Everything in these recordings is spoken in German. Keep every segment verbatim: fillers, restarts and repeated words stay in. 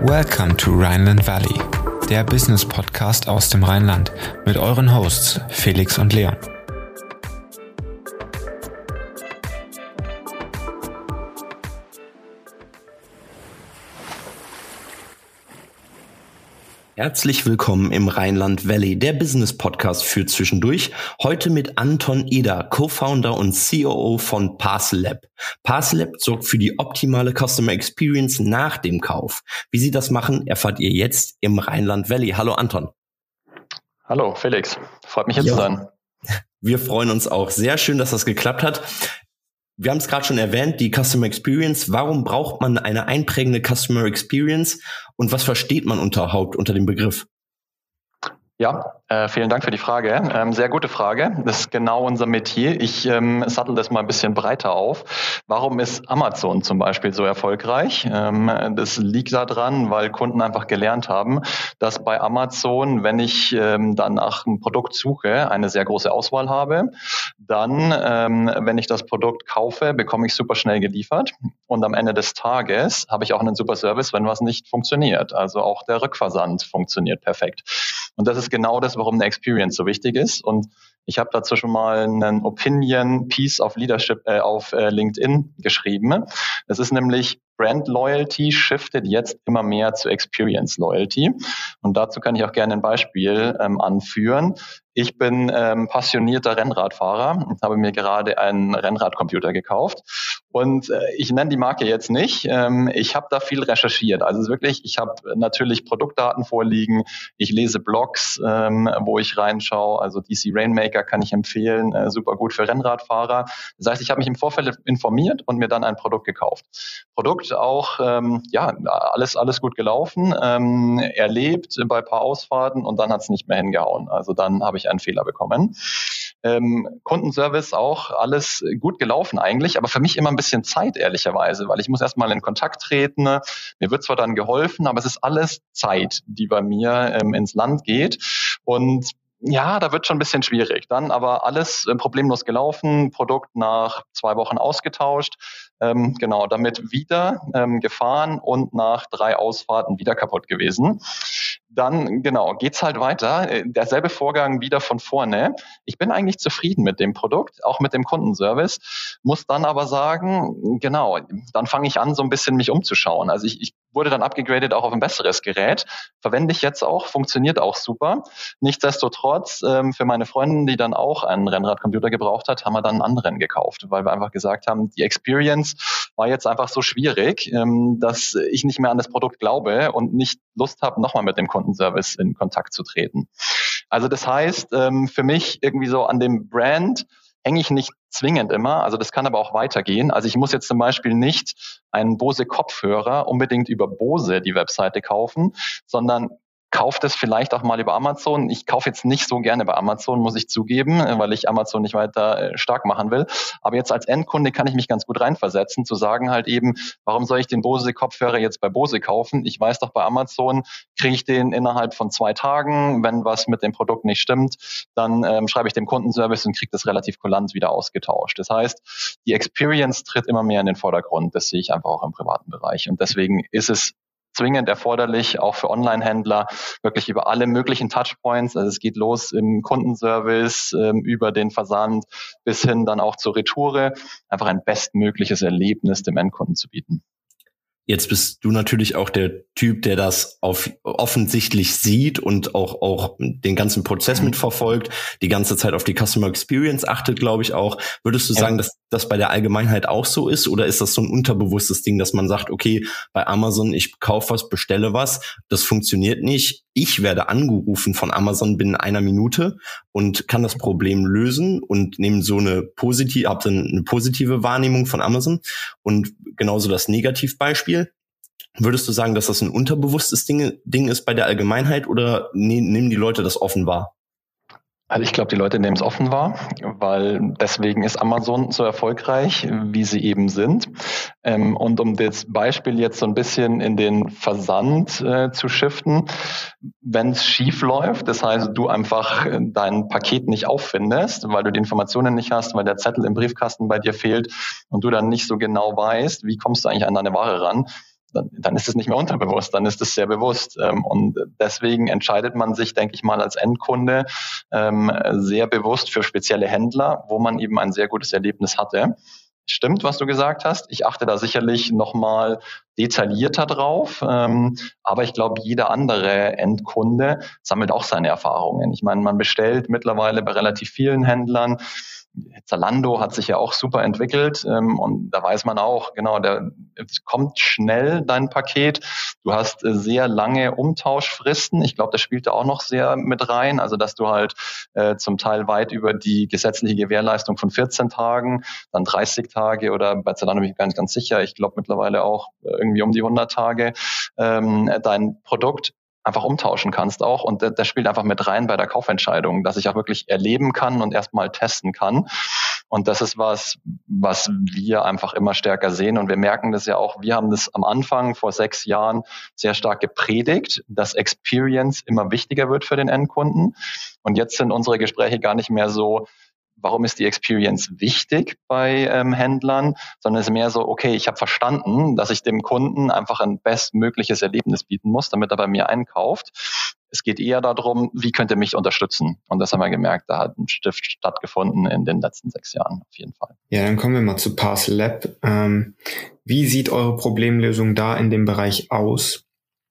Welcome to Rhineland Valley, der Business Podcast aus dem Rheinland mit euren Hosts Felix und Leon. Herzlich willkommen im Rhineland Valley, der Business Podcast für zwischendurch. Heute mit Anton Eder, Co-Founder und C O O von Parcel-Lab. Parcel-Lab sorgt für die optimale Customer Experience nach dem Kauf. Wie sie das machen, erfahrt ihr jetzt im Rhineland Valley. Hallo Anton. Hallo Felix, freut mich hier ja. zu sein. Wir freuen uns auch. Sehr schön, dass das geklappt hat. Wir haben es gerade schon erwähnt, die Customer Experience. Warum braucht man eine einprägende Customer Experience und was versteht man überhaupt unter dem Begriff? Ja, äh, vielen Dank für die Frage. Ähm, sehr gute Frage. Das ist genau unser Metier. Ich ähm, sattel das mal ein bisschen breiter auf. Warum ist Amazon zum Beispiel so erfolgreich? Ähm, das liegt daran, weil Kunden einfach gelernt haben, dass bei Amazon, wenn ich ähm, dann nach einem Produkt suche, eine sehr große Auswahl habe. Dann, ähm, wenn ich das Produkt kaufe, bekomme ich super schnell geliefert. Und am Ende des Tages habe ich auch einen super Service, wenn was nicht funktioniert. Also auch der Rückversand funktioniert perfekt. Und das ist genau das, warum eine Experience so wichtig ist. Und ich habe dazu schon mal einen Opinion Piece of Leadership äh, auf äh, LinkedIn geschrieben. Das ist nämlich Brand Loyalty shiftet jetzt immer mehr zu Experience Loyalty. Und dazu kann ich auch gerne ein Beispiel ähm, anführen. Ich bin ähm, passionierter Rennradfahrer und habe mir gerade einen Rennradcomputer gekauft. Und äh, ich nenne die Marke jetzt nicht. Ähm, ich habe da viel recherchiert. Also es ist wirklich, ich habe natürlich Produktdaten vorliegen. Ich lese Blogs, ähm, wo ich reinschaue. Also D C Rainmaker kann ich empfehlen, äh, super gut für Rennradfahrer. Das heißt, ich habe mich im Vorfeld informiert und mir dann ein Produkt gekauft. Produkt auch, ähm, ja, alles alles gut gelaufen, ähm, erlebt bei ein paar Ausfahrten und dann hat es nicht mehr hingehauen. Also dann habe ich einen Fehler bekommen. Ähm, Kundenservice auch alles gut gelaufen eigentlich, aber für mich immer ein bisschen Zeit, ehrlicherweise, weil ich muss erstmal in Kontakt treten. Mir wird zwar dann geholfen, aber es ist alles Zeit, die bei mir ähm, ins Land geht. Und ja, da wird schon ein bisschen schwierig. Dann aber alles äh, problemlos gelaufen, Produkt nach zwei Wochen ausgetauscht, ähm, genau, damit wieder ähm, gefahren und nach drei Ausfahrten wieder kaputt gewesen. Dann, genau, geht's halt weiter. Derselbe Vorgang wieder von vorne. Ich bin eigentlich zufrieden mit dem Produkt, auch mit dem Kundenservice, muss dann aber sagen, genau, dann fange ich an, so ein bisschen mich umzuschauen. Also ich, ich wurde dann abgegradet auch auf ein besseres Gerät. Verwende ich jetzt auch, funktioniert auch super. Nichtsdestotrotz, ähm, für meine Freundin, die dann auch einen Rennradcomputer gebraucht hat, haben wir dann einen anderen gekauft, weil wir einfach gesagt haben, die Experience war jetzt einfach so schwierig, ähm, dass ich nicht mehr an das Produkt glaube und nicht Lust habe, nochmal mit dem Kundenservice in Kontakt zu treten. Also das heißt, ähm, für mich irgendwie so an dem Brand hänge ich nicht zwingend immer, also das kann aber auch weitergehen. Also ich muss jetzt zum Beispiel nicht einen Bose-Kopfhörer unbedingt über Bose die Webseite kaufen, sondern kauft es vielleicht auch mal über Amazon. Ich kaufe jetzt nicht so gerne bei Amazon, muss ich zugeben, weil ich Amazon nicht weiter stark machen will. Aber jetzt als Endkunde kann ich mich ganz gut reinversetzen, zu sagen halt eben, warum soll ich den Bose-Kopfhörer jetzt bei Bose kaufen? Ich weiß doch, bei Amazon kriege ich den innerhalb von zwei Tagen. Wenn was mit dem Produkt nicht stimmt, dann ähm, schreibe ich dem Kundenservice und kriege das relativ kulant wieder ausgetauscht. Das heißt, die Experience tritt immer mehr in den Vordergrund. Das sehe ich einfach auch im privaten Bereich. Und deswegen ist es zwingend erforderlich, auch für Online-Händler, wirklich über alle möglichen Touchpoints. Also es geht los im Kundenservice, ähm, über den Versand bis hin dann auch zur Retoure, einfach ein bestmögliches Erlebnis dem Endkunden zu bieten. Jetzt bist du natürlich auch der Typ, der das auf offensichtlich sieht und auch auch den ganzen Prozess mitverfolgt, die ganze Zeit auf die Customer Experience achtet, glaube ich auch. Würdest du ja. sagen, dass das bei der Allgemeinheit auch so ist oder ist das so ein unterbewusstes Ding, dass man sagt, okay, bei Amazon, ich kaufe was, bestelle was, das funktioniert nicht. Ich werde angerufen von Amazon binnen einer Minute und kann das Problem lösen und nehme so eine positive, habe dann eine positive Wahrnehmung von Amazon und genauso das Negativbeispiel. Würdest du sagen, dass das ein unterbewusstes Ding, Ding ist bei der Allgemeinheit oder ne, nehmen die Leute das offen wahr? Also ich glaube, die Leute nehmen es offen wahr, weil deswegen ist Amazon so erfolgreich, wie sie eben sind. Ähm, und um das Beispiel jetzt so ein bisschen in den Versand äh, zu shiften, wenn es schief läuft, das heißt, du einfach dein Paket nicht auffindest, weil du die Informationen nicht hast, weil der Zettel im Briefkasten bei dir fehlt und du dann nicht so genau weißt, wie kommst du eigentlich an deine Ware ran, dann, dann ist es nicht mehr unterbewusst, dann ist es sehr bewusst. Ähm, und deswegen entscheidet man sich, denke ich mal, als Endkunde ähm, sehr bewusst für spezielle Händler, wo man eben ein sehr gutes Erlebnis hatte. Stimmt, was du gesagt hast. Ich achte da sicherlich nochmal detaillierter drauf. Ähm, aber ich glaube, jeder andere Endkunde sammelt auch seine Erfahrungen. Ich meine, man bestellt mittlerweile bei relativ vielen Händlern. Zalando hat sich ja auch super entwickelt ähm, und da weiß man auch, genau, der, es kommt schnell dein Paket. Du hast äh, sehr lange Umtauschfristen. Ich glaube, das spielt da auch noch sehr mit rein. Also, dass du halt äh, zum Teil weit über die gesetzliche Gewährleistung von vierzehn Tagen, dann dreißig Tage oder bei Zalando bin ich gar nicht ganz sicher. Ich glaube mittlerweile auch irgendwie um die hundert Tage ähm, dein Produkt einfach umtauschen kannst auch. Und das spielt einfach mit rein bei der Kaufentscheidung, dass ich auch wirklich erleben kann und erstmal testen kann. Und das ist was, was wir einfach immer stärker sehen. Und wir merken das ja auch, wir haben das am Anfang vor sechs Jahren sehr stark gepredigt, dass Experience immer wichtiger wird für den Endkunden. Und jetzt sind unsere Gespräche gar nicht mehr so, warum ist die Experience wichtig bei ähm, Händlern, sondern es ist mehr so, okay, ich habe verstanden, dass ich dem Kunden einfach ein bestmögliches Erlebnis bieten muss, damit er bei mir einkauft. Es geht eher darum, wie könnt ihr mich unterstützen? Und das haben wir gemerkt, da hat ein Stift stattgefunden in den letzten sechs Jahren auf jeden Fall. Ja, dann kommen wir mal zu Parcel-Lab. Ähm, wie sieht eure Problemlösung da in dem Bereich aus?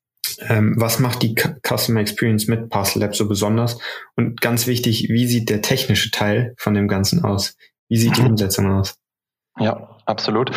Ähm, was macht die Customer Experience mit Parcel-Lab so besonders? Und ganz wichtig, wie sieht der technische Teil von dem Ganzen aus? Wie sieht die Umsetzung aus? Ja, absolut.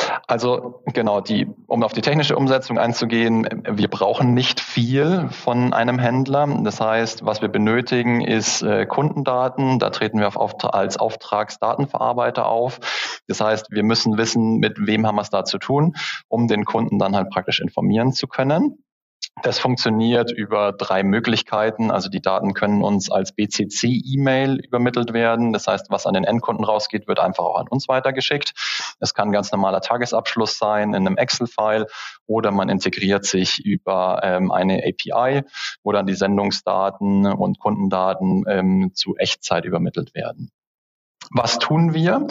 Also genau, die, um auf die technische Umsetzung einzugehen, wir brauchen nicht viel von einem Händler. Das heißt, was wir benötigen, ist äh, Kundendaten. Da treten wir auf, auf, als Auftragsdatenverarbeiter auf. Das heißt, wir müssen wissen, mit wem haben wir es da zu tun, um den Kunden dann halt praktisch informieren zu können. Das funktioniert über drei Möglichkeiten. Also die Daten können uns als B C C-E-Mail übermittelt werden. Das heißt, was an den Endkunden rausgeht, wird einfach auch an uns weitergeschickt. Es kann ein ganz normaler Tagesabschluss sein in einem Excel-File oder man integriert sich über ähm, eine A P I, wo dann die Sendungsdaten und Kundendaten ähm, zu Echtzeit übermittelt werden. Was tun wir?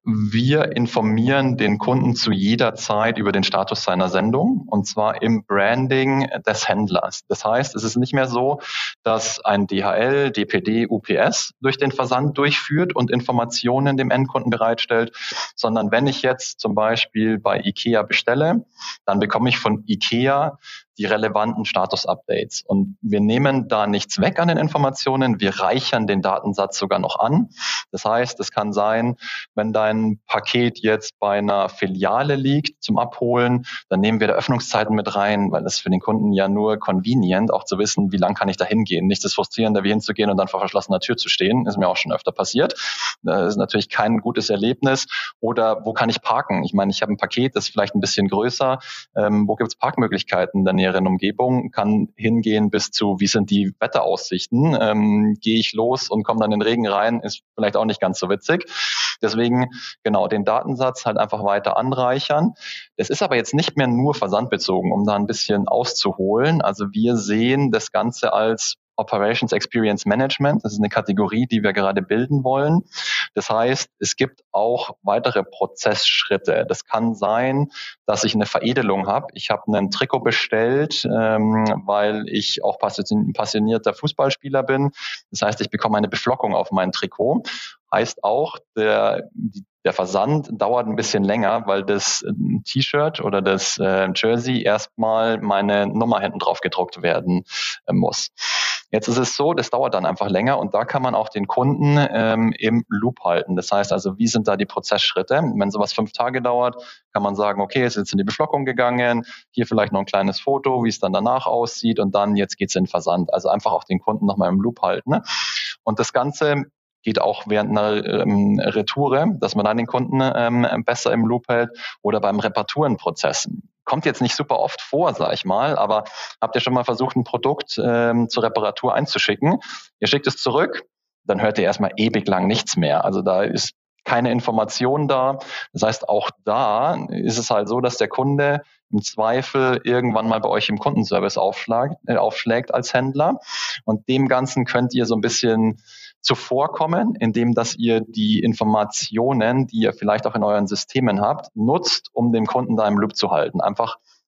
Wir informieren den Kunden zu jeder Zeit über den Status seiner Sendung und zwar im Branding des Händlers. Das heißt, es ist nicht mehr so, dass ein D H L, D P D, U P S durch den Versand durchführt und Informationen dem Endkunden bereitstellt, sondern wenn ich jetzt zum Beispiel bei IKEA bestelle, dann bekomme ich von IKEA die relevanten Status-Updates. Und wir nehmen da nichts weg an den Informationen, wir reichern den Datensatz sogar noch an. Das heißt, es kann sein, wenn dein Paket jetzt bei einer Filiale liegt zum Abholen, dann nehmen wir da Öffnungszeiten mit rein, weil das für den Kunden ja nur convenient, auch zu wissen, wie lang kann ich da hingehen. Nicht das Frustrierende, wie hinzugehen und dann vor verschlossener Tür zu stehen, ist mir auch schon öfter passiert. Das ist natürlich kein gutes Erlebnis. Oder wo kann ich parken? Ich meine, ich habe ein Paket, das ist vielleicht ein bisschen größer. Ähm, wo gibt es Parkmöglichkeiten in der näheren Umgebung? Kann hingehen bis zu, wie sind die Wetteraussichten? Ähm, gehe ich los und komme dann in den Regen rein? Ist vielleicht auch nicht ganz so witzig. Deswegen, genau, den Datensatz halt einfach weiter anreichern. Das ist aber jetzt nicht mehr nur versandbezogen, um da ein bisschen auszuholen. Also wir sehen das Ganze als Operations Experience Management. Das ist eine Kategorie, die wir gerade bilden wollen. Das heißt, es gibt auch weitere Prozessschritte. Das kann sein, dass ich eine Veredelung habe. Ich habe einen Trikot bestellt, ähm, weil ich auch passionierter Fußballspieler bin. Das heißt, ich bekomme eine Beflockung auf mein Trikot. Heißt auch, der, der Versand dauert ein bisschen länger, weil das T-Shirt oder das äh, Jersey erstmal meine Nummer hinten drauf gedruckt werden äh, muss. Jetzt ist es so, das dauert dann einfach länger und da kann man auch den Kunden ähm, im Loop halten. Das heißt also, wie sind da die Prozessschritte? Wenn sowas fünf Tage dauert, kann man sagen, okay, es ist jetzt in die Beflockung gegangen, hier vielleicht noch ein kleines Foto, wie es dann danach aussieht und dann jetzt geht's in den Versand. Also einfach auch den Kunden nochmal im Loop halten. Ne? Und das Ganze geht auch während einer ähm, Retoure, dass man dann den Kunden ähm, besser im Loop hält oder beim Reparaturenprozess. Kommt jetzt nicht super oft vor, sag ich mal, aber habt ihr schon mal versucht, ein Produkt ähm, zur Reparatur einzuschicken? Ihr schickt es zurück, dann hört ihr erstmal ewig lang nichts mehr. Also da ist keine Information da. Das heißt, auch da ist es halt so, dass der Kunde im Zweifel irgendwann mal bei euch im Kundenservice aufschlägt, äh, aufschlägt als Händler. Und dem Ganzen könnt ihr so ein bisschen zuvorkommen, indem dass ihr die Informationen, die ihr vielleicht auch in euren Systemen habt, nutzt, um den Kunden da im Loop zu halten. Einfach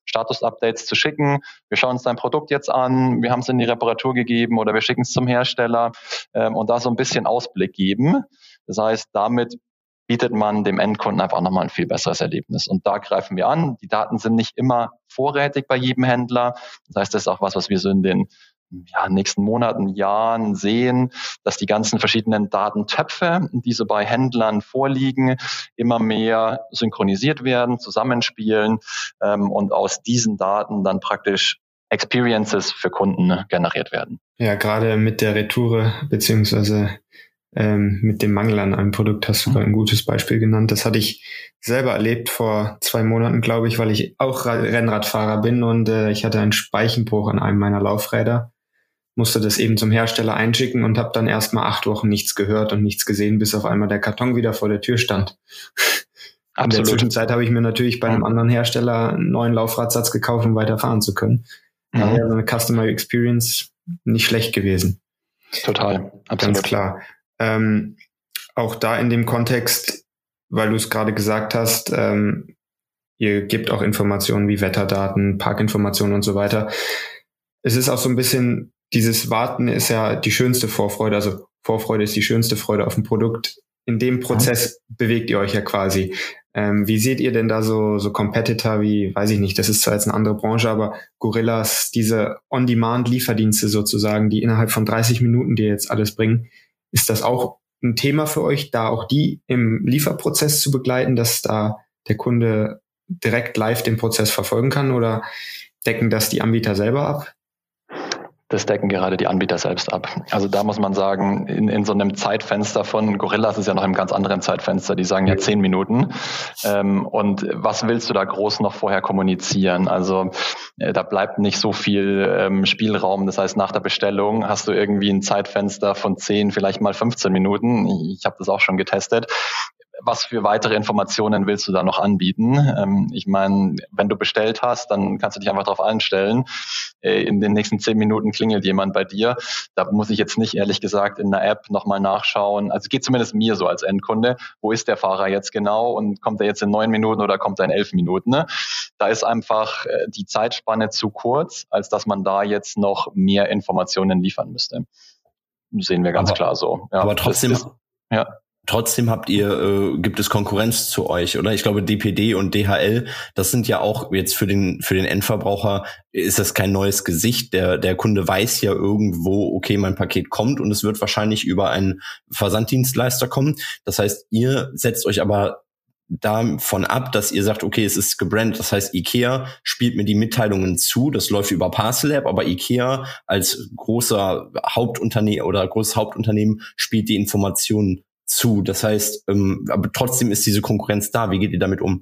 Status-Updates zu schicken. Wir schauen uns dein Produkt jetzt an, wir haben es in die Reparatur gegeben oder wir schicken es zum Hersteller ähm, und da so ein bisschen Ausblick geben. Das heißt, damit bietet man dem Endkunden einfach nochmal ein viel besseres Erlebnis. Und da greifen wir an. Die Daten sind nicht immer vorrätig bei jedem Händler. Das heißt, das ist auch was, was wir so in den ja, nächsten Monaten, Jahren sehen, dass die ganzen verschiedenen Datentöpfe, die so bei Händlern vorliegen, immer mehr synchronisiert werden, zusammenspielen ähm, und aus diesen Daten dann praktisch Experiences für Kunden generiert werden. Ja, gerade mit der Retoure beziehungsweise ähm, mit dem Mangel an einem Produkt hast du da ein gutes Beispiel genannt. Das hatte ich selber erlebt vor zwei Monaten, glaube ich, weil ich auch Rennradfahrer bin und äh, ich hatte einen Speichenbruch an einem meiner Laufräder, musste das eben zum Hersteller einschicken und habe dann erstmal acht Wochen nichts gehört und nichts gesehen, bis auf einmal der Karton wieder vor der Tür stand. Absolut. In der Zwischenzeit habe ich mir natürlich bei einem anderen Hersteller einen neuen Laufradsatz gekauft, um weiterfahren zu können. Da mhm. wäre so eine Customer Experience nicht schlecht gewesen. Total, absolut. Ganz klar. Ähm, auch da in dem Kontext, weil du es gerade gesagt hast, ähm, ihr gebt auch Informationen wie Wetterdaten, Parkinformationen und so weiter. Es ist auch so ein bisschen, dieses Warten ist ja die schönste Vorfreude, also Vorfreude ist die schönste Freude auf ein Produkt. In dem Prozess mhm. bewegt ihr euch ja quasi. Ähm, wie seht ihr denn da so, so Competitor wie, weiß ich nicht, das ist zwar jetzt eine andere Branche, aber Gorillas, diese On-Demand-Lieferdienste sozusagen, die innerhalb von dreißig Minuten dir jetzt alles bringen, ist das auch ein Thema für euch, da auch die im Lieferprozess zu begleiten, dass da der Kunde direkt live den Prozess verfolgen kann, oder decken das die Anbieter selber ab? Das decken gerade die Anbieter selbst ab. Also da muss man sagen, in, in so einem Zeitfenster von Gorillas ist ja noch im ganz anderen Zeitfenster. Die sagen ja zehn Minuten. Ähm, und was willst du da groß noch vorher kommunizieren? Also äh, da bleibt nicht so viel ähm, Spielraum. Das heißt, nach der Bestellung hast du irgendwie ein Zeitfenster von zehn, vielleicht mal fünfzehn Minuten. Ich, ich habe das auch schon getestet. Was für weitere Informationen willst du da noch anbieten? Ähm, ich meine, wenn du bestellt hast, dann kannst du dich einfach darauf einstellen. Äh, in den nächsten zehn Minuten klingelt jemand bei dir. Da muss ich jetzt nicht, ehrlich gesagt, in der App nochmal nachschauen. Also es geht zumindest mir so als Endkunde. Wo ist der Fahrer jetzt genau? Und kommt er jetzt in neun Minuten oder kommt er in elf Minuten? Ne? Da ist einfach äh, die Zeitspanne zu kurz, als dass man da jetzt noch mehr Informationen liefern müsste. Das sehen wir ganz aber, klar so. Ja, aber trotzdem... Ist, ja. Trotzdem habt ihr, äh, gibt es Konkurrenz zu euch, oder? Ich glaube, D P D und D H L, das sind ja auch jetzt für den für den Endverbraucher, ist das kein neues Gesicht. Der der Kunde weiß ja irgendwo, okay, mein Paket kommt und es wird wahrscheinlich über einen Versanddienstleister kommen. Das heißt, ihr setzt euch aber davon ab, dass ihr sagt, okay, es ist gebrandet. Das heißt, IKEA spielt mir die Mitteilungen zu, das läuft über Parcel-App, aber IKEA als großer Hauptunternehmen oder großes Hauptunternehmen spielt die Informationen zu. Das heißt, ähm, aber trotzdem ist diese Konkurrenz da. Wie geht ihr damit um?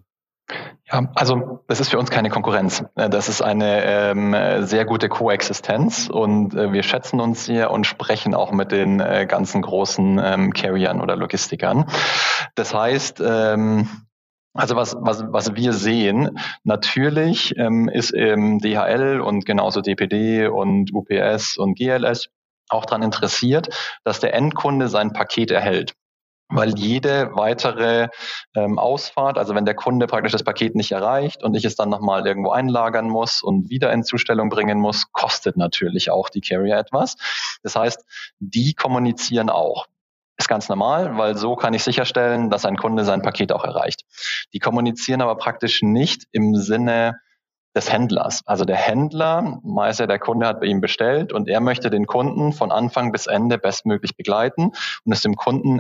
Ja, also das ist für uns keine Konkurrenz. Das ist eine ähm, sehr gute Koexistenz und äh, wir schätzen uns hier und sprechen auch mit den äh, ganzen großen ähm, Carriern oder Logistikern. Das heißt, ähm, also was, was, was wir sehen, natürlich ähm, ist ähm, D H L und genauso D P D und U P S und G L S auch daran interessiert, dass der Endkunde sein Paket erhält. Weil jede weitere ähm, Ausfahrt, also wenn der Kunde praktisch das Paket nicht erreicht und ich es dann nochmal irgendwo einlagern muss und wieder in Zustellung bringen muss, kostet natürlich auch die Carrier etwas. Das heißt, die kommunizieren auch. Ist ganz normal, weil so kann ich sicherstellen, dass ein Kunde sein Paket auch erreicht. Die kommunizieren aber praktisch nicht im Sinne des Händlers. Also der Händler, meist ja der Kunde hat bei ihm bestellt und er möchte den Kunden von Anfang bis Ende bestmöglich begleiten und es dem Kunden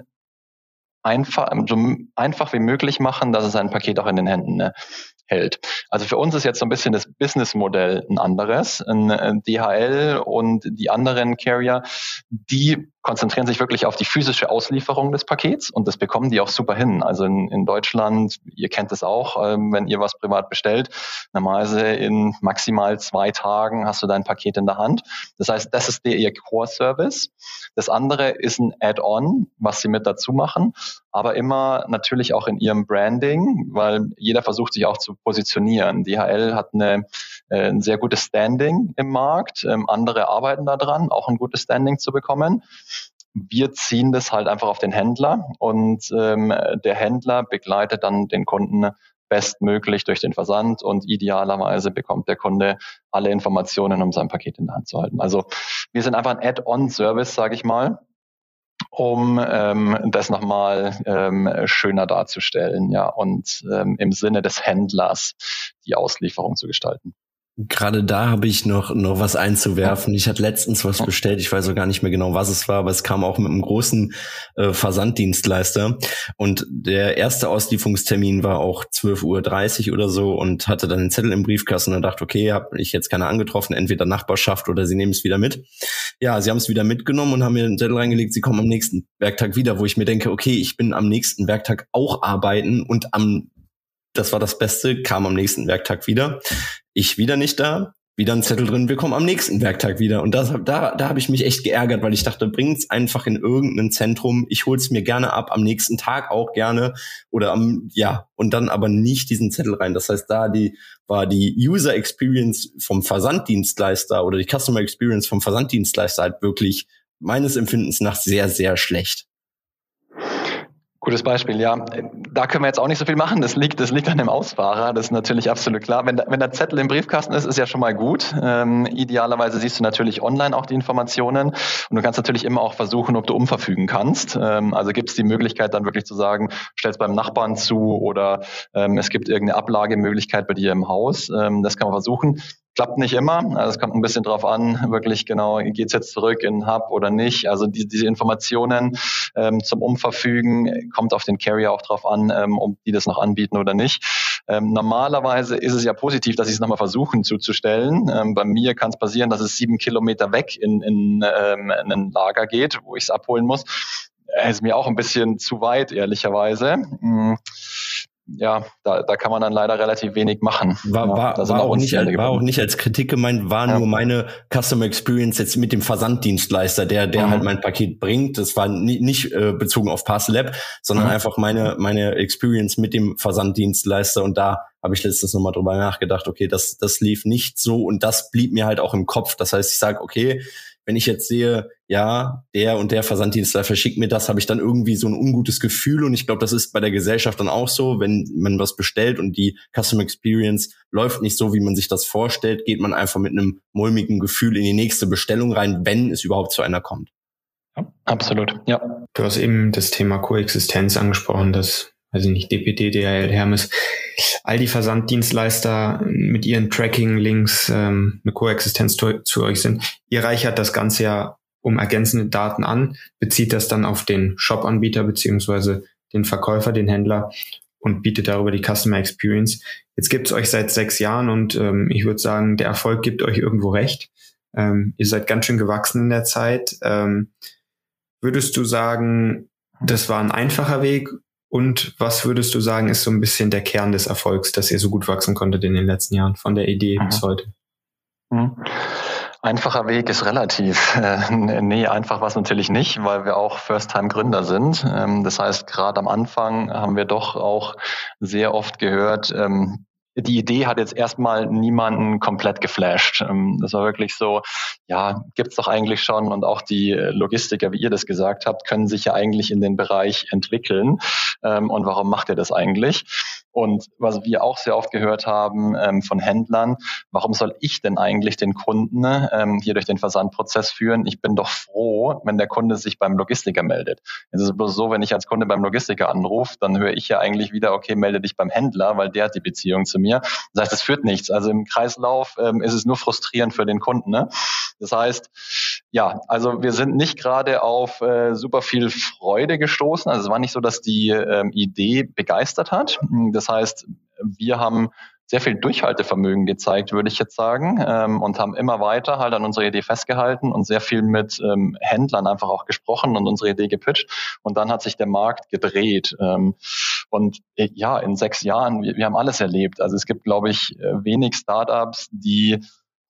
einfach, so einfach wie möglich machen, dass er sein Paket auch in den Händen ne, hält. Also für uns ist jetzt so ein bisschen das Businessmodell ein anderes. Ein D H L und die anderen Carrier, die konzentrieren sich wirklich auf die physische Auslieferung des Pakets und das bekommen die auch super hin. Also in, in Deutschland, ihr kennt es auch, ähm, wenn ihr was privat bestellt, normalerweise in maximal zwei Tagen hast du dein Paket in der Hand. Das heißt, das ist der ihr Core-Service. Das andere ist ein Add-on, was sie mit dazu machen, aber immer natürlich auch in ihrem Branding, weil jeder versucht sich auch zu positionieren. D H L hat eine, äh, ein sehr gutes Standing im Markt, ähm, andere arbeiten daran, auch ein gutes Standing zu bekommen. Wir ziehen das halt einfach auf den Händler und ähm, der Händler begleitet dann den Kunden bestmöglich durch den Versand und idealerweise bekommt der Kunde alle Informationen, um sein Paket in der Hand zu halten. Also wir sind einfach ein Add-on-Service, sage ich mal, um ähm, das nochmal ähm, schöner darzustellen, ja, und ähm, im Sinne des Händlers die Auslieferung zu gestalten. Gerade da habe ich noch noch was einzuwerfen. Ich hatte letztens was bestellt, ich weiß auch gar nicht mehr genau, was es war, aber es kam auch mit einem großen äh, Versanddienstleister und der erste Auslieferungstermin war auch zwölf Uhr dreißig oder so und hatte dann einen Zettel im Briefkasten und dachte, okay, habe ich jetzt keine angetroffen, entweder Nachbarschaft oder sie nehmen es wieder mit. Ja, sie haben es wieder mitgenommen und haben mir einen Zettel reingelegt, sie kommen am nächsten Werktag wieder, wo ich mir denke, okay, ich bin am nächsten Werktag auch arbeiten und am das war das Beste, kam am nächsten Werktag wieder. Ich wieder nicht da, wieder ein Zettel drin, wir kommen am nächsten Werktag wieder. Und das, da, da habe ich mich echt geärgert, weil ich dachte, bringt's einfach in irgendein Zentrum. Ich hol's mir gerne ab, am nächsten Tag auch gerne. Oder am, ja, und dann aber nicht diesen Zettel rein. Das heißt, da die war die User Experience vom Versanddienstleister oder die Customer Experience vom Versanddienstleister halt wirklich meines Empfindens nach sehr, sehr schlecht. Gutes Beispiel, ja. Da können wir jetzt auch nicht so viel machen. Das liegt, das liegt an dem Ausfahrer. Das ist natürlich absolut klar. Wenn, wenn der Zettel im Briefkasten ist, ist ja schon mal gut. Ähm, idealerweise siehst du natürlich online auch die Informationen. Und du kannst natürlich immer auch versuchen, ob du umverfügen kannst. Ähm, also gibt es die Möglichkeit dann wirklich zu sagen, stell's beim Nachbarn zu oder ähm, es gibt irgendeine Ablagemöglichkeit bei dir im Haus. Ähm, das kann man versuchen. Klappt nicht immer. Also es kommt ein bisschen drauf an, wirklich genau, geht's jetzt zurück in den Hub oder nicht. Also die, diese Informationen ähm, zum Umverfügen kommt auf den Carrier auch drauf an, ähm, ob die das noch anbieten oder nicht. Ähm, normalerweise ist es ja positiv, dass sie es nochmal versuchen zuzustellen. Ähm, bei mir kann es passieren, dass es sieben Kilometer weg in, in, ähm, in ein Lager geht, wo ich es abholen muss. Das ist mir auch ein bisschen zu weit, ehrlicherweise. Mhm. Ja, da, da kann man dann leider relativ wenig machen. War, war, ja, war, auch, nicht, war auch nicht als Kritik gemeint, war ja. nur meine Customer Experience jetzt mit dem Versanddienstleister, der der mhm. halt mein Paket bringt. Das war nie, nicht äh, bezogen auf Parcel-Lab, sondern mhm. einfach meine meine Experience mit dem Versanddienstleister. Und da habe ich letztens nochmal drüber nachgedacht, okay, das das lief nicht so und das blieb mir halt auch im Kopf. Das heißt, ich sage, okay, wenn ich jetzt sehe, ja, der und der Versanddienstleister schickt mir das, habe ich dann irgendwie so ein ungutes Gefühl. Und ich glaube, das ist bei der Gesellschaft dann auch so, wenn man was bestellt und die Customer Experience läuft nicht so, wie man sich das vorstellt, geht man einfach mit einem mulmigen Gefühl in die nächste Bestellung rein, wenn es überhaupt zu einer kommt. Ja, absolut, ja. Du hast eben das Thema Koexistenz angesprochen, das, weiß ich nicht, D P D, D H L, Hermes, all die Versanddienstleister mit ihren Tracking-Links ähm, eine Koexistenz zu, zu euch sind. Ihr reichert das Ganze ja um ergänzende Daten an, bezieht das dann auf den Shop-Anbieter beziehungsweise den Verkäufer, den Händler und bietet darüber die Customer Experience. Jetzt gibt's euch seit sechs Jahren und ähm, ich würde sagen, der Erfolg gibt euch irgendwo recht. Ähm, ihr seid ganz schön gewachsen in der Zeit. Ähm, würdest du sagen, das war ein einfacher Weg? Und was würdest du sagen, ist so ein bisschen der Kern des Erfolgs, dass ihr so gut wachsen konntet in den letzten Jahren, von der Idee mhm. bis heute? Mhm. Einfacher Weg ist relativ. Äh, nee, einfach war es natürlich nicht, weil wir auch First-Time-Gründer sind. Ähm, das heißt, gerade am Anfang haben wir doch auch sehr oft gehört, ähm, die Idee hat jetzt erstmal niemanden komplett geflasht. Das war wirklich so, ja, gibt's doch eigentlich schon und auch die Logistiker, wie ihr das gesagt habt, können sich ja eigentlich in den Bereich entwickeln. Und warum macht ihr das eigentlich? Und was wir auch sehr oft gehört haben ähm, von Händlern, warum soll ich denn eigentlich den Kunden ähm, hier durch den Versandprozess führen? Ich bin doch froh, wenn der Kunde sich beim Logistiker meldet. Es ist bloß so, wenn ich als Kunde beim Logistiker anrufe, dann höre ich ja eigentlich wieder, okay, melde dich beim Händler, weil der hat die Beziehung zu mir. Das heißt, es führt nichts. Also im Kreislauf ähm, ist es nur frustrierend für den Kunden. Ne? Das heißt, ja, also wir sind nicht gerade auf äh, super viel Freude gestoßen. Also es war nicht so, dass die ähm, Idee begeistert hat. Das heißt, wir haben sehr viel Durchhaltevermögen gezeigt, würde ich jetzt sagen, ähm, und haben immer weiter halt an unserer Idee festgehalten und sehr viel mit ähm, Händlern einfach auch gesprochen und unsere Idee gepitcht. Und dann hat sich der Markt gedreht. Ähm, und äh, ja, in sechs Jahren, wir, wir haben alles erlebt. Also es gibt, glaube ich, wenig Startups, die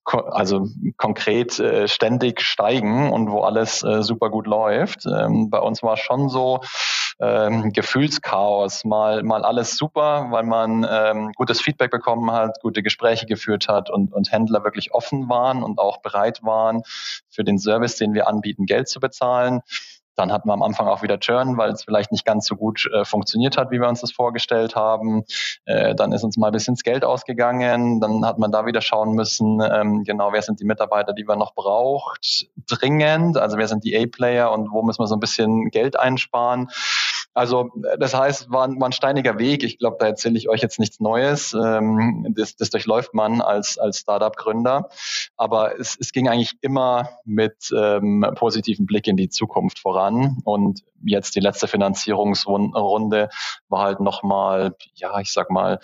also konkret äh, ständig steigen und wo alles äh, super gut läuft. Ähm, bei uns war schon so ähm, Gefühlschaos, mal mal alles super, weil man ähm, gutes Feedback bekommen hat, gute Gespräche geführt hat und und Händler wirklich offen waren und auch bereit waren, für den Service, den wir anbieten, Geld zu bezahlen. Dann hatten wir am Anfang auch wieder Churn, weil es vielleicht nicht ganz so gut äh, funktioniert hat, wie wir uns das vorgestellt haben. Äh, dann ist uns mal ein bisschen das Geld ausgegangen. Dann hat man da wieder schauen müssen, ähm, genau, wer sind die Mitarbeiter, die man noch braucht, dringend. Also wer sind die A-Player und wo müssen wir so ein bisschen Geld einsparen. Also das heißt, war, war ein steiniger Weg. Ich glaube, da erzähle ich euch jetzt nichts Neues. Ähm, das, das durchläuft man als, als Startup-Gründer. Aber es, es ging eigentlich immer mit ähm, positivem Blick in die Zukunft voran. Und jetzt die letzte Finanzierungsrunde war halt nochmal, ja, ich sag mal,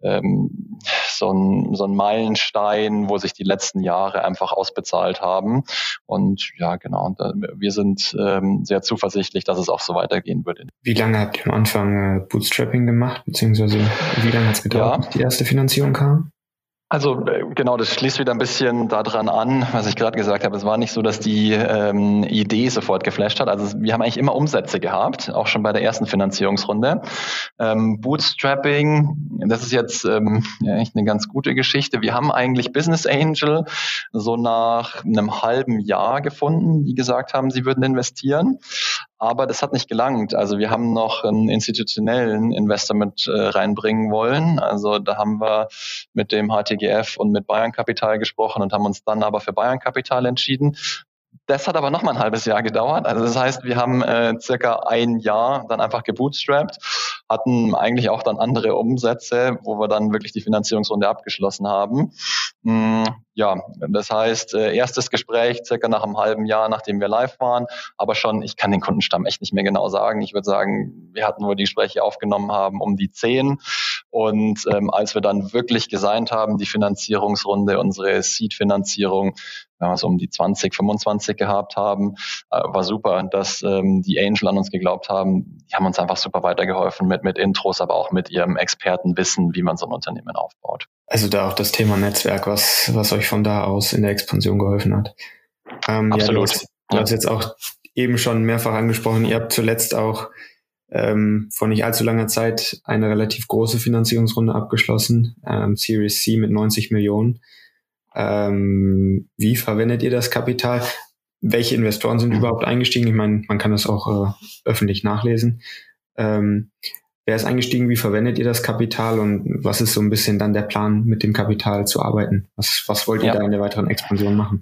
ähm, so ein, so ein Meilenstein, wo sich die letzten Jahre einfach ausbezahlt haben. Und ja, genau, wir sind ähm, sehr zuversichtlich, dass es auch so weitergehen wird. Wie lange habt ihr am Anfang äh, Bootstrapping gemacht, beziehungsweise wie lange hat es gedauert, Ja. bis die erste Finanzierung kam? Also genau, das schließt wieder ein bisschen daran an, was ich gerade gesagt habe. Es war nicht so, dass die ähm, Idee sofort geflasht hat. Also wir haben eigentlich immer Umsätze gehabt, auch schon bei der ersten Finanzierungsrunde. Ähm, Bootstrapping, das ist jetzt ähm, ja, echt eine ganz gute Geschichte. Wir haben eigentlich Business Angel so nach einem halben Jahr gefunden, die gesagt haben, sie würden investieren. Aber das hat nicht gelangt. Also wir haben noch einen institutionellen Investor mit äh, reinbringen wollen. Also da haben wir mit dem H T G F und mit Bayern Capital gesprochen und haben uns dann aber für Bayern Capital entschieden. Das hat aber noch mal ein halbes Jahr gedauert. Also das heißt, wir haben äh, circa ein Jahr dann einfach gebootstrapped, hatten eigentlich auch dann andere Umsätze, wo wir dann wirklich die Finanzierungsrunde abgeschlossen haben. Mm, ja, das heißt, äh, erstes Gespräch circa nach einem halben Jahr, nachdem wir live waren, aber schon, ich kann den Kundenstamm echt nicht mehr genau sagen. Ich würde sagen, wir hatten, wo die Gespräche aufgenommen haben, um die zehn. Und ähm, als wir dann wirklich gesigned haben, die Finanzierungsrunde, unsere Seed-Finanzierung, wenn wir so um die zwanzig, fünfundzwanzig gehabt haben, äh, war super, dass ähm, die Angel an uns geglaubt haben. Die haben uns einfach super weitergeholfen mit, mit Intros, aber auch mit ihrem Expertenwissen, wie man so ein Unternehmen aufbaut. Also da auch das Thema Netzwerk, was, was euch von da aus in der Expansion geholfen hat. Ähm, Absolut. Ja, du hast, du Ja. hast jetzt auch eben schon mehrfach angesprochen, ihr habt zuletzt auch ähm, vor nicht allzu langer Zeit eine relativ große Finanzierungsrunde abgeschlossen, ähm, Series C mit neunzig Millionen. Ähm, wie verwendet ihr das Kapital? Welche Investoren sind überhaupt eingestiegen? Ich meine, man kann das auch äh, öffentlich nachlesen. Ähm, wer ist eingestiegen? Wie verwendet ihr das Kapital? Und was ist so ein bisschen dann der Plan, mit dem Kapital zu arbeiten? Was, was wollt ihr Ja. da in der weiteren Expansion machen?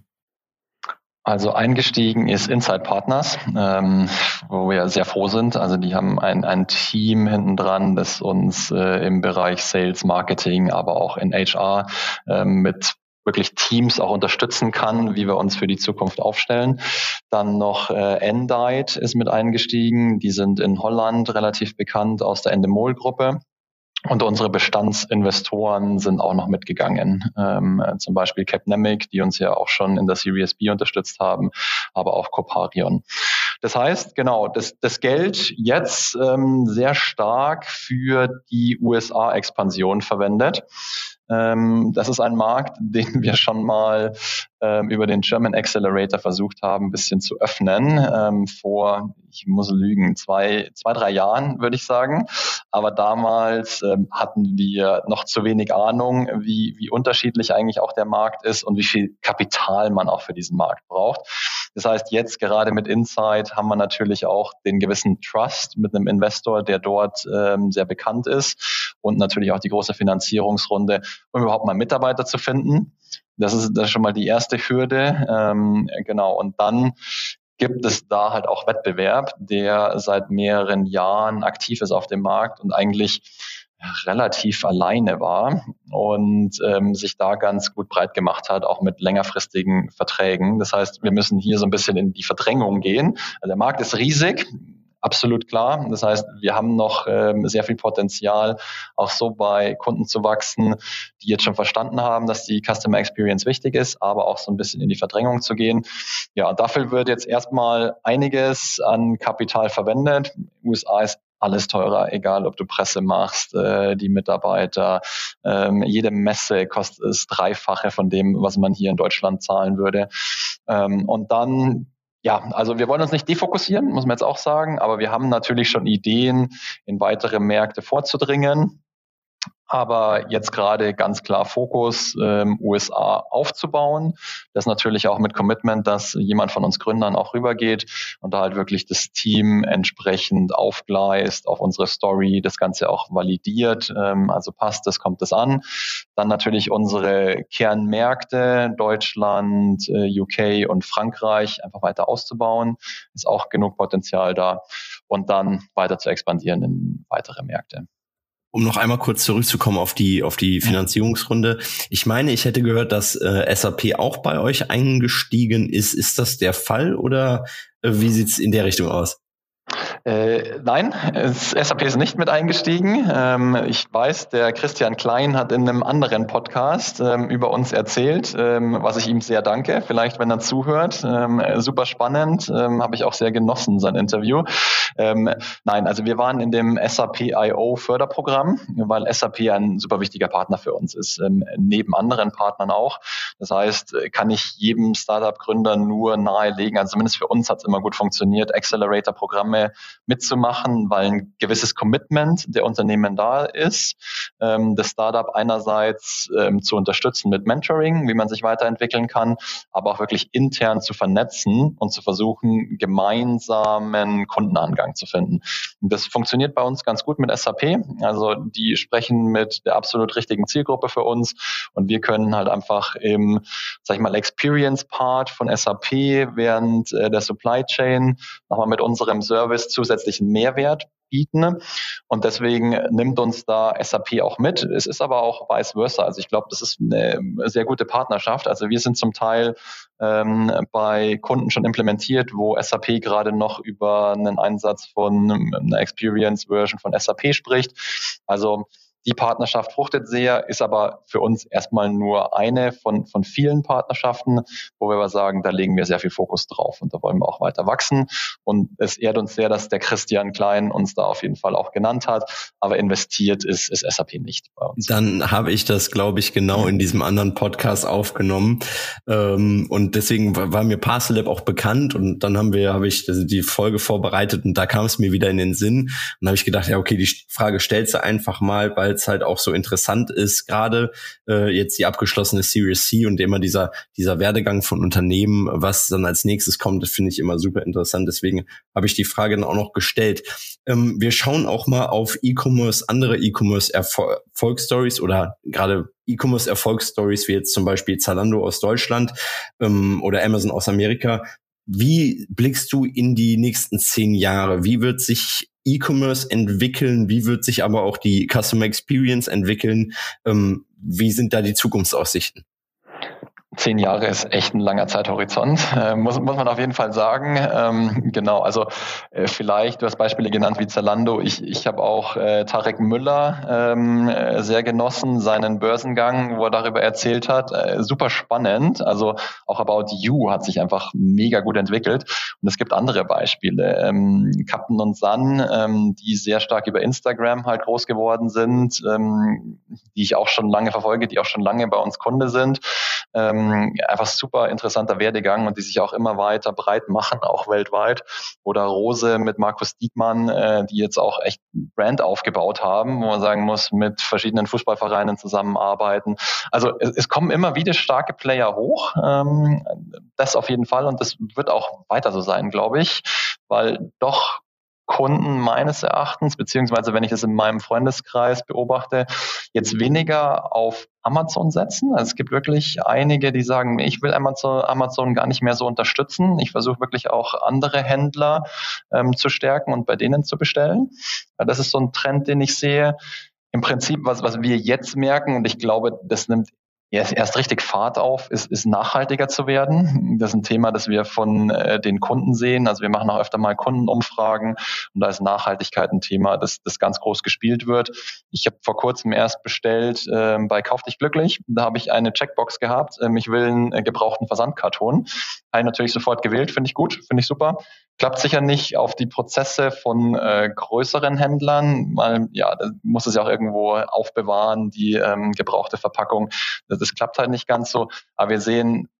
Also eingestiegen ist Inside Partners, ähm, wo wir sehr froh sind. Also die haben ein, ein Team hinten dran, das uns äh, im Bereich Sales, Marketing, aber auch in H R ähm, mit wirklich Teams auch unterstützen kann, wie wir uns für die Zukunft aufstellen. Dann noch äh, Endite ist mit eingestiegen. Die sind in Holland relativ bekannt aus der Endemol-Gruppe. Und unsere Bestandsinvestoren sind auch noch mitgegangen, ähm, zum Beispiel Capnemic, die uns ja auch schon in der Series B unterstützt haben, aber auch Coparion. Das heißt, genau, das, das Geld jetzt ähm, sehr stark für die U S A-Expansion verwendet. Ähm, das ist ein Markt, den wir schon mal ähm, über den German Accelerator versucht haben, ein bisschen zu öffnen. Ähm, vor, ich muss lügen, zwei, zwei, drei Jahren, würde ich sagen. Aber damals ähm, hatten wir noch zu wenig Ahnung, wie, wie unterschiedlich eigentlich auch der Markt ist und wie viel Kapital man auch für diesen Markt braucht. Das heißt, jetzt gerade mit Insight haben wir natürlich auch den gewissen Trust mit einem Investor, der dort ähm, sehr bekannt ist und natürlich auch die große Finanzierungsrunde, um überhaupt mal Mitarbeiter zu finden. Das ist, das ist schon mal die erste Hürde. Ähm, genau. Und dann gibt es da halt auch Wettbewerb, der seit mehreren Jahren aktiv ist auf dem Markt und eigentlich relativ alleine war und ähm, sich da ganz gut breit gemacht hat, auch mit längerfristigen Verträgen. Das heißt, wir müssen hier so ein bisschen in die Verdrängung gehen. Also der Markt ist riesig, absolut klar. Das heißt, wir haben noch ähm, sehr viel Potenzial, auch so bei Kunden zu wachsen, die jetzt schon verstanden haben, dass die Customer Experience wichtig ist, aber auch so ein bisschen in die Verdrängung zu gehen. Ja, dafür wird jetzt erstmal einiges an Kapital verwendet. U S A ist alles teurer, egal ob du Presse machst, äh, die Mitarbeiter, ähm, jede Messe kostet es Dreifache von dem, was man hier in Deutschland zahlen würde. Ähm, und dann, ja, also wir wollen uns nicht defokussieren, muss man jetzt auch sagen, aber wir haben natürlich schon Ideen, in weitere Märkte vorzudringen. Aber jetzt gerade ganz klar Fokus, ähm, U S A aufzubauen. Das natürlich auch mit Commitment, dass jemand von uns Gründern auch rübergeht und da halt wirklich das Team entsprechend aufgleist, auf unsere Story, das Ganze auch validiert. Ähm, also passt das, kommt das an. Dann natürlich unsere Kernmärkte, Deutschland, äh, U K und Frankreich einfach weiter auszubauen. Ist auch genug Potenzial da. Und dann weiter zu expandieren in weitere Märkte. Um noch einmal kurz zurückzukommen auf die auf die Finanzierungsrunde. Ich meine, ich hätte gehört, dass äh, S A P auch bei euch eingestiegen ist. Ist das der Fall oder äh, wie sieht's in der Richtung aus? Äh, nein, es, S A P ist nicht mit eingestiegen. Ähm, ich weiß, der Christian Klein hat in einem anderen Podcast ähm, über uns erzählt, ähm, was ich ihm sehr danke. Vielleicht, wenn er zuhört. Ähm, super spannend, ähm, habe ich auch sehr genossen, sein Interview. Ähm, nein, also wir waren in dem S A P I O Förderprogramm, weil S A P ein super wichtiger Partner für uns ist, ähm, neben anderen Partnern auch. Das heißt, kann ich jedem Startup-Gründer nur nahelegen, also zumindest für uns hat es immer gut funktioniert, Accelerator-Programme mitzumachen, weil ein gewisses Commitment der Unternehmen da ist, ähm, das Startup einerseits ähm, zu unterstützen mit Mentoring, wie man sich weiterentwickeln kann, aber auch wirklich intern zu vernetzen und zu versuchen, gemeinsamen Kundenangang zu finden. Und das funktioniert bei uns ganz gut mit S A P. Also die sprechen mit der absolut richtigen Zielgruppe für uns und wir können halt einfach im, sag ich mal, Experience-Part von S A P während äh, der Supply Chain nochmal mit unserem Service zusätzlichen Mehrwert bieten und deswegen nimmt uns da S A P auch mit. Es ist aber auch vice versa. Also ich glaube, das ist eine sehr gute Partnerschaft. Also wir sind zum Teil ähm, bei Kunden schon implementiert, wo S A P gerade noch über einen Einsatz von einer Experience-Version von S A P spricht. Also die Partnerschaft fruchtet sehr, ist aber für uns erstmal nur eine von, von vielen Partnerschaften, wo wir aber sagen, da legen wir sehr viel Fokus drauf und da wollen wir auch weiter wachsen. Und es ehrt uns sehr, dass der Christian Klein uns da auf jeden Fall auch genannt hat, aber investiert ist, ist S A P nicht bei uns. Dann habe ich das, glaube ich, genau in diesem anderen Podcast aufgenommen und deswegen war mir Parcel-Lab auch bekannt und dann haben wir, habe ich die Folge vorbereitet und da kam es mir wieder in den Sinn und dann habe ich gedacht, ja okay, die Frage stellst du einfach mal, weil es halt auch so interessant ist, gerade äh, jetzt die abgeschlossene Series C und immer dieser dieser Werdegang von Unternehmen, was dann als nächstes kommt, das finde ich immer super interessant. Deswegen habe ich die Frage dann auch noch gestellt. Ähm, wir schauen auch mal auf E-Commerce, andere E-Commerce-Erfolgsstories oder gerade E-Commerce-Erfolgsstories wie jetzt zum Beispiel Zalando aus Deutschland ähm, oder Amazon aus Amerika. Wie blickst du in die nächsten zehn Jahre? Wie wird sich E-Commerce entwickeln? Wie wird sich aber auch die Customer Experience entwickeln? Ähm, wie sind da die Zukunftsaussichten? Zehn Jahre ist echt ein langer Zeithorizont, äh, muss, muss man auf jeden Fall sagen. Ähm, genau, also äh, vielleicht, du hast Beispiele genannt wie Zalando. Ich, ich habe auch äh, Tarek Müller ähm, äh, sehr genossen, seinen Börsengang, wo er darüber erzählt hat. Äh, super spannend. Also auch About You hat sich einfach mega gut entwickelt. Und es gibt andere Beispiele. Ähm, Captain und Sun, ähm, die sehr stark über Instagram halt groß geworden sind, ähm, die ich auch schon lange verfolge, die auch schon lange bei uns Kunde sind. Ähm, einfach super interessanter Werdegang und die sich auch immer weiter breit machen, auch weltweit. Oder Rose mit Markus Diekmann, äh, die jetzt auch echt ein Brand aufgebaut haben, wo man sagen muss, mit verschiedenen Fußballvereinen zusammenarbeiten. Also es, es kommen immer wieder starke Player hoch, ähm, das auf jeden Fall und das wird auch weiter so sein, glaube ich, weil doch Kunden meines Erachtens, beziehungsweise wenn ich es in meinem Freundeskreis beobachte, jetzt weniger auf Amazon setzen. Also es gibt wirklich einige, die sagen, ich will Amazon, Amazon gar nicht mehr so unterstützen. Ich versuche wirklich auch andere Händler ähm, zu stärken und bei denen zu bestellen. Das ist so ein Trend, den ich sehe. Im Prinzip, was, was wir jetzt merken, und ich glaube, das nimmt erst, erst richtig Fahrt auf, ist, ist nachhaltiger zu werden. Das ist ein Thema, das wir von äh, den Kunden sehen. Also wir machen auch öfter mal Kundenumfragen und da ist Nachhaltigkeit ein Thema, das, das ganz groß gespielt wird. Ich habe vor kurzem erst bestellt äh, bei Kauf dich glücklich. Da habe ich eine Checkbox gehabt. Ähm, ich will einen äh, gebrauchten Versandkarton. Habe ich natürlich sofort gewählt, finde ich gut, finde ich super. Klappt sicher nicht auf die Prozesse von äh, größeren Händlern, weil ja, da muss es ja auch irgendwo aufbewahren, die ähm, gebrauchte Verpackung. Das, das klappt halt nicht ganz so. Aber wir sehen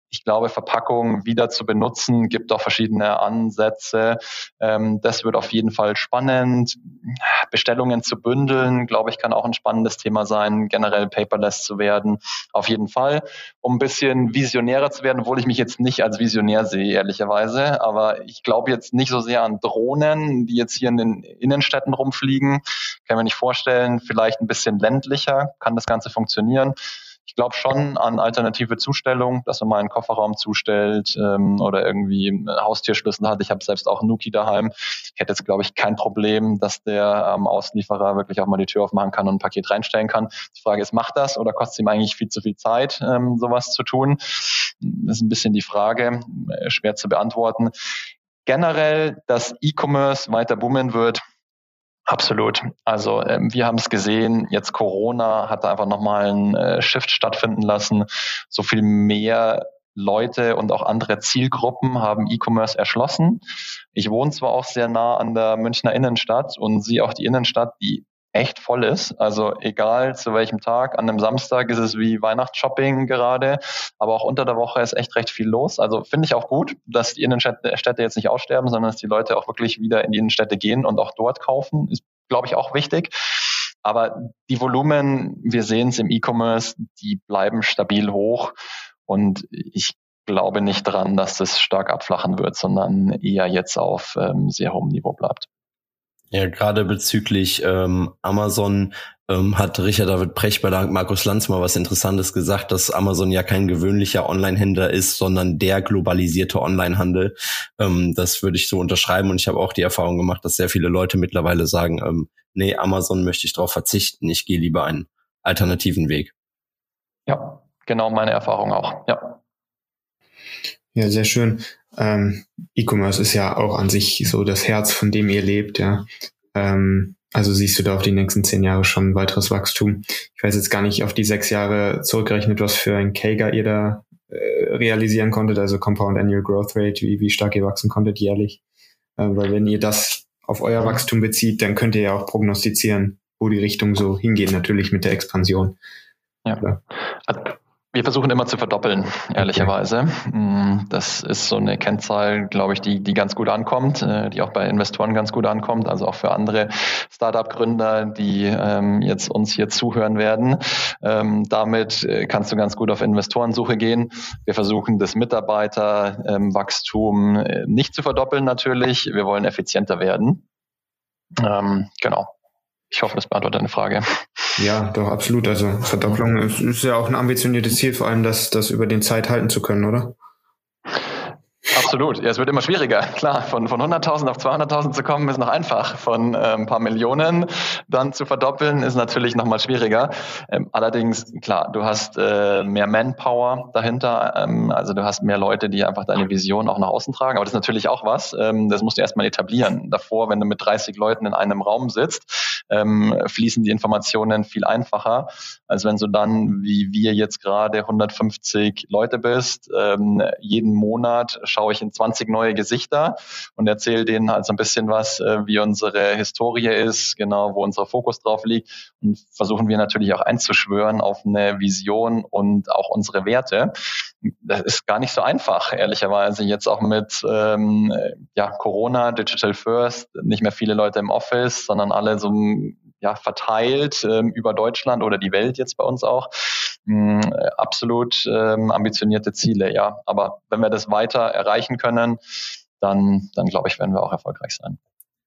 Ich glaube, Verpackung wieder zu benutzen, gibt auch verschiedene Ansätze. Ähm, das wird auf jeden Fall spannend. Bestellungen zu bündeln, glaube ich, kann auch ein spannendes Thema sein, generell paperless zu werden. Auf jeden Fall, um ein bisschen visionärer zu werden, obwohl ich mich jetzt nicht als Visionär sehe, ehrlicherweise. Aber ich glaube jetzt nicht so sehr an Drohnen, die jetzt hier in den Innenstädten rumfliegen. Kann mir nicht vorstellen, vielleicht ein bisschen ländlicher kann das Ganze funktionieren. Ich glaube schon an alternative Zustellung, dass man mal einen Kofferraum zustellt ähm, oder irgendwie einen Haustierschlüssel hat. Ich habe selbst auch einen Nuki daheim. Ich hätte jetzt, glaube ich, kein Problem, dass der ähm, Auslieferer wirklich auch mal die Tür aufmachen kann und ein Paket reinstellen kann. Die Frage ist, macht das oder kostet ihm eigentlich viel zu viel Zeit, ähm, sowas zu tun? Das ist ein bisschen die Frage, äh, schwer zu beantworten. Generell, dass E-Commerce weiter boomen wird, absolut. Also ähm, wir haben es gesehen, jetzt Corona hat da einfach nochmal einen äh, Shift stattfinden lassen. So viel mehr Leute und auch andere Zielgruppen haben E-Commerce erschlossen. Ich wohne zwar auch sehr nah an der Münchner Innenstadt und sehe auch die Innenstadt, die echt voll ist. Also egal zu welchem Tag, an einem Samstag ist es wie Weihnachtsshopping gerade, aber auch unter der Woche ist echt recht viel los. Also finde ich auch gut, dass die Innenstädte jetzt nicht aussterben, sondern dass die Leute auch wirklich wieder in die Innenstädte gehen und auch dort kaufen. Ist, glaube ich, auch wichtig. Aber die Volumen, wir sehen es im E-Commerce, die bleiben stabil hoch und ich glaube nicht dran, dass das stark abflachen wird, sondern eher jetzt auf ähm, sehr hohem Niveau bleibt. Ja, gerade bezüglich ähm, Amazon ähm, hat Richard David Precht bei Markus Lanz mal was Interessantes gesagt, dass Amazon ja kein gewöhnlicher Online-Händler ist, sondern der globalisierte Online-Handel. Ähm, das würde ich so unterschreiben und ich habe auch die Erfahrung gemacht, dass sehr viele Leute mittlerweile sagen, ähm, nee, Amazon möchte ich darauf verzichten, ich gehe lieber einen alternativen Weg. Ja, genau meine Erfahrung auch, ja. Ja, sehr schön. Ähm, E-Commerce ist ja auch an sich so das Herz, von dem ihr lebt, ja. Ähm, also siehst du da auf die nächsten zehn Jahre schon ein weiteres Wachstum. Ich weiß jetzt gar nicht auf die sechs Jahre zurückgerechnet, was für ein K G A ihr da äh, realisieren konntet, also Compound Annual Growth Rate, wie, wie stark ihr wachsen konntet jährlich. Äh, weil wenn ihr das auf euer Wachstum bezieht, dann könnt ihr ja auch prognostizieren, wo die Richtung so hingeht, natürlich mit der Expansion. Ja. Ja. Wir versuchen immer zu verdoppeln, ehrlicherweise. Das ist so eine Kennzahl, glaube ich, die die ganz gut ankommt, die auch bei Investoren ganz gut ankommt, also auch für andere Startup-Gründer, die ähm, jetzt uns hier zuhören werden. Ähm, damit kannst du ganz gut auf Investorensuche gehen. Wir versuchen das Mitarbeiterwachstum ähm, nicht zu verdoppeln natürlich. Wir wollen effizienter werden. Ähm, genau. Ich hoffe, das beantwortet deine Frage. Ja, doch, absolut. Also Verdopplung ist, ist ja auch ein ambitioniertes Ziel, vor allem das, das über den Zeit halten zu können, oder? Absolut. Ja, es wird immer schwieriger. Klar, von, von hunderttausend auf zweihunderttausend zu kommen, ist noch einfach. Von äh, ein paar Millionen dann zu verdoppeln, ist natürlich noch mal schwieriger. Ähm, allerdings, klar, du hast äh, mehr Manpower dahinter. Ähm, also du hast mehr Leute, die einfach deine Vision auch nach außen tragen. Aber das ist natürlich auch was. Ähm, das musst du erstmal etablieren. Davor, wenn du mit dreißig Leuten in einem Raum sitzt, ähm, fließen die Informationen viel einfacher, als wenn du dann, wie wir jetzt gerade, hundertfünfzig Leute bist. Ähm, jeden Monat schaue ich in zwanzig neue Gesichter und erzähle denen halt so ein bisschen was, äh, wie unsere Historie ist, genau, wo unser Fokus drauf liegt, und versuchen wir natürlich auch einzuschwören auf eine Vision und auch unsere Werte. Das ist gar nicht so einfach, ehrlicherweise, jetzt auch mit ähm, ja, Corona, Digital First, nicht mehr viele Leute im Office, sondern alle so ja, verteilt ähm, über Deutschland oder die Welt jetzt bei uns auch. Ähm, absolut ähm, ambitionierte Ziele, ja. Aber wenn wir das weiter erreichen können, dann, dann glaube ich, werden wir auch erfolgreich sein.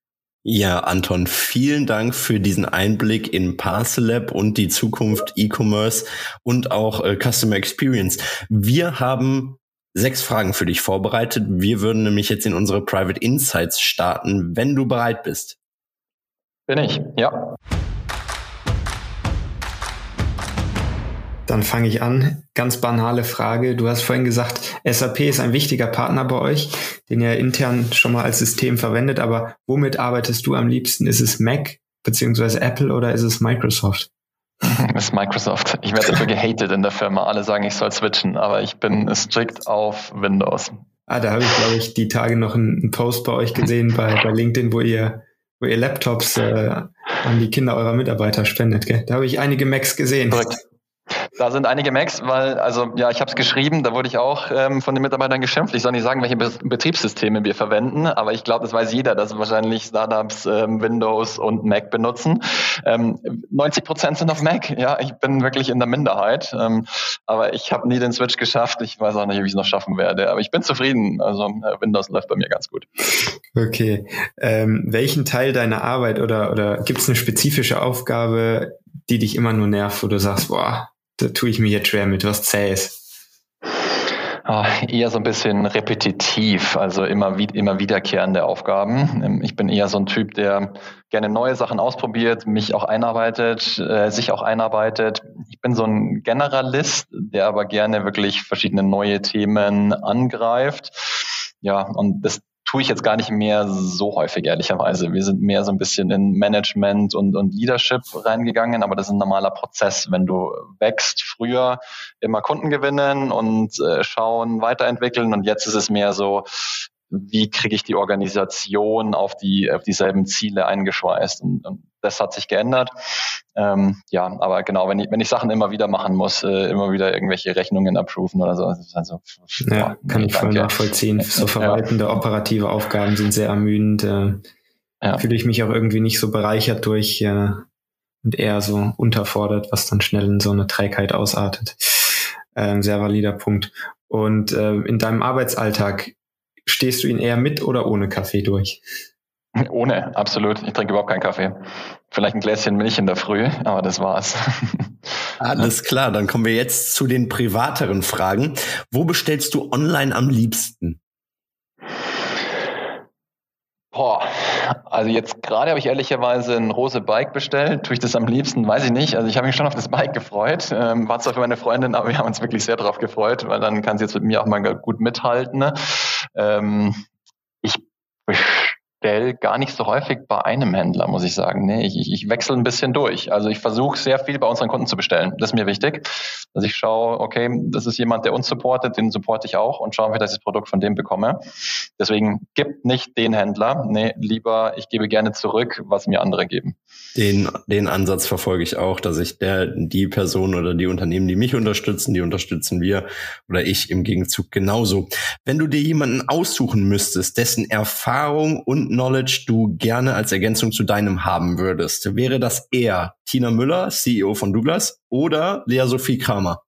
Ja, Anton, vielen Dank für diesen Einblick in Parcel-Lab und die Zukunft E-Commerce und auch äh, Customer Experience. Wir haben sechs Fragen für dich vorbereitet. Wir würden nämlich jetzt in unsere Private Insights starten, wenn du bereit bist. Bin ich, ja. Dann fange ich an. Ganz banale Frage. Du hast vorhin gesagt, S A P ist ein wichtiger Partner bei euch, den ihr intern schon mal als System verwendet. Aber womit arbeitest du am liebsten? Ist es Mac beziehungsweise Apple oder ist es Microsoft? Das ist Microsoft. Ich werde dafür gehatet in der Firma. Alle sagen, ich soll switchen, aber ich bin strikt auf Windows. Ah, da habe ich, glaube ich, die Tage noch einen Post bei euch gesehen, bei, bei LinkedIn, wo ihr wo ihr Laptops äh, an die Kinder eurer Mitarbeiter spendet. Gell? Da habe ich einige Macs gesehen. Korrekt. Da sind einige Macs, weil, also ja, ich habe es geschrieben, da wurde ich auch ähm, von den Mitarbeitern geschimpft. Ich soll nicht sagen, welche Be- Betriebssysteme wir verwenden, aber ich glaube, das weiß jeder, dass wahrscheinlich Startups ähm, Windows und Mac benutzen. Ähm, neunzig Prozent sind auf Mac, ja, ich bin wirklich in der Minderheit, ähm, aber ich habe nie den Switch geschafft. Ich weiß auch nicht, wie ich es noch schaffen werde, aber ich bin zufrieden. Also äh, Windows läuft bei mir ganz gut. Okay. Ähm, welchen Teil deiner Arbeit oder, oder gibt es eine spezifische Aufgabe, die dich immer nur nervt, wo du sagst, boah, da tue ich mir jetzt schwer mit, was zähs? Oh, eher so ein bisschen repetitiv, also immer, wie, immer wiederkehrende Aufgaben. Ich bin eher so ein Typ, der gerne neue Sachen ausprobiert, mich auch einarbeitet, äh, sich auch einarbeitet. Ich bin so ein Generalist, der aber gerne wirklich verschiedene neue Themen angreift. Ja, und das tue ich jetzt gar nicht mehr so häufig, ehrlicherweise. Wir sind mehr so ein bisschen in Management und, und Leadership reingegangen, aber das ist ein normaler Prozess. Wenn du wächst, früher immer Kunden gewinnen und äh, schauen, weiterentwickeln, und jetzt ist es mehr so, wie kriege ich die Organisation auf die auf dieselben Ziele eingeschweißt, und, und das hat sich geändert. Ähm, ja, aber genau, wenn ich wenn ich Sachen immer wieder machen muss, äh, immer wieder irgendwelche Rechnungen approven oder so, also ja, ja kann ich voll nachvollziehen. So verwaltende ja. operative Aufgaben sind sehr ermüdend. Äh, ja. Fühle ich mich auch irgendwie nicht so bereichert durch äh, und eher so unterfordert, was dann schnell in so eine Trägheit ausartet. Äh, sehr valider Punkt. Und äh, in deinem Arbeitsalltag stehst du ihn eher mit oder ohne Kaffee durch? Ohne, absolut. Ich trinke überhaupt keinen Kaffee. Vielleicht ein Gläschen Milch in der Früh, aber das war's. Alles klar, dann kommen wir jetzt zu den privateren Fragen. Wo bestellst du online am liebsten? Boah, also jetzt gerade habe ich ehrlicherweise ein Rose Bike bestellt. Tue ich das am liebsten? Weiß ich nicht. Also ich habe mich schon auf das Bike gefreut. Ähm, war zwar für meine Freundin, aber wir haben uns wirklich sehr darauf gefreut, weil dann kann sie jetzt mit mir auch mal gut mithalten. Ne? Ähm, ich bestelle gar nicht so häufig bei einem Händler, muss ich sagen. Nee, ich, ich, ich wechsle ein bisschen durch. Also ich versuche sehr viel bei unseren Kunden zu bestellen. Das ist mir wichtig. Also ich schaue, okay, das ist jemand, der uns supportet, den supporte ich auch, und schaue, dass ich das Produkt von dem bekomme. Deswegen gibt nicht den Händler. Nee, lieber, ich gebe gerne zurück, was mir andere geben. Den, den Ansatz verfolge ich auch, dass ich der, die Person oder die Unternehmen, die mich unterstützen, die unterstützen wir oder ich im Gegenzug genauso. Wenn du dir jemanden aussuchen müsstest, dessen Erfahrung und Knowledge du gerne als Ergänzung zu deinem haben würdest, wäre das eher Tina Müller, C E O von Douglas, oder Lea Sophie Kramer?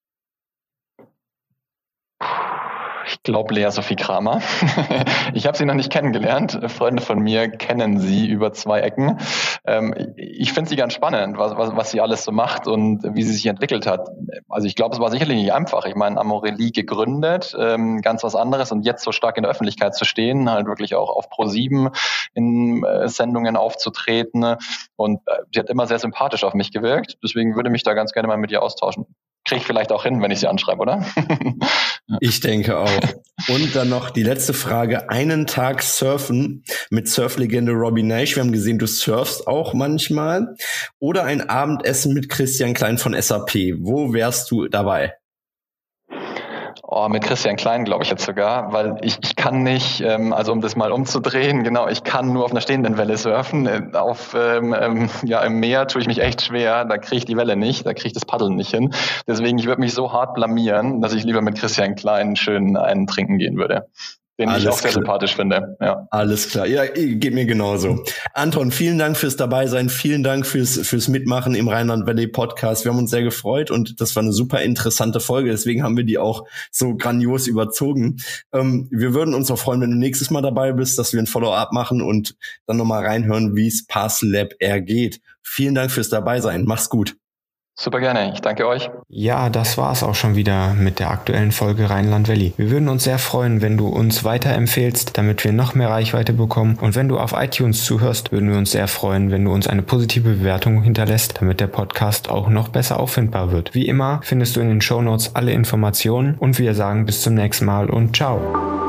Ich glaube Lea Sophie Kramer. Ich habe sie noch nicht kennengelernt. Freunde von mir kennen sie über zwei Ecken. Ähm, ich finde sie ganz spannend, was, was, was sie alles so macht und wie sie sich entwickelt hat. Also ich glaube, es war sicherlich nicht einfach. Ich meine, Amorelie gegründet, ähm, ganz was anderes, und jetzt so stark in der Öffentlichkeit zu stehen, halt wirklich auch auf ProSieben in äh, Sendungen aufzutreten, und äh, sie hat immer sehr sympathisch auf mich gewirkt. Deswegen würde mich da ganz gerne mal mit ihr austauschen. Kriege ich vielleicht auch hin, wenn ich sie anschreibe, oder? Ich denke auch. Und dann noch die letzte Frage. Einen Tag surfen mit Surflegende Robbie Nash. Wir haben gesehen, du surfst auch manchmal. Oder ein Abendessen mit Christian Klein von S A P. Wo wärst du dabei? Oh, mit Christian Klein glaube ich jetzt sogar, weil ich, ich kann nicht, ähm, also um das mal umzudrehen, genau, ich kann nur auf einer stehenden Welle surfen. Auf ähm, ähm, ja im Meer tue ich mich echt schwer, da kriege ich die Welle nicht, da kriege ich das Paddeln nicht hin. Deswegen, ich würde mich so hart blamieren, dass ich lieber mit Christian Klein schön einen trinken gehen würde. Den Alles ich auch sehr klar. sympathisch finde. Ja. Alles klar. Ja, geht mir genauso. Anton, vielen Dank fürs Dabeisein. Vielen Dank fürs, fürs Mitmachen im Rheinland Valley Podcast. Wir haben uns sehr gefreut, und das war eine super interessante Folge. Deswegen haben wir die auch so grandios überzogen. Ähm, wir würden uns auch freuen, wenn du nächstes Mal dabei bist, dass wir ein Follow-up machen und dann nochmal reinhören, wie es Parcel Lab ergeht. Vielen Dank fürs Dabeisein. Mach's gut. Super gerne, ich danke euch. Ja, das war's auch schon wieder mit der aktuellen Folge Rheinland Valley. Wir würden uns sehr freuen, wenn du uns weiterempfehlst, damit wir noch mehr Reichweite bekommen. Und wenn du auf iTunes zuhörst, würden wir uns sehr freuen, wenn du uns eine positive Bewertung hinterlässt, damit der Podcast auch noch besser auffindbar wird. Wie immer findest du in den Shownotes alle Informationen, und wir sagen bis zum nächsten Mal und ciao.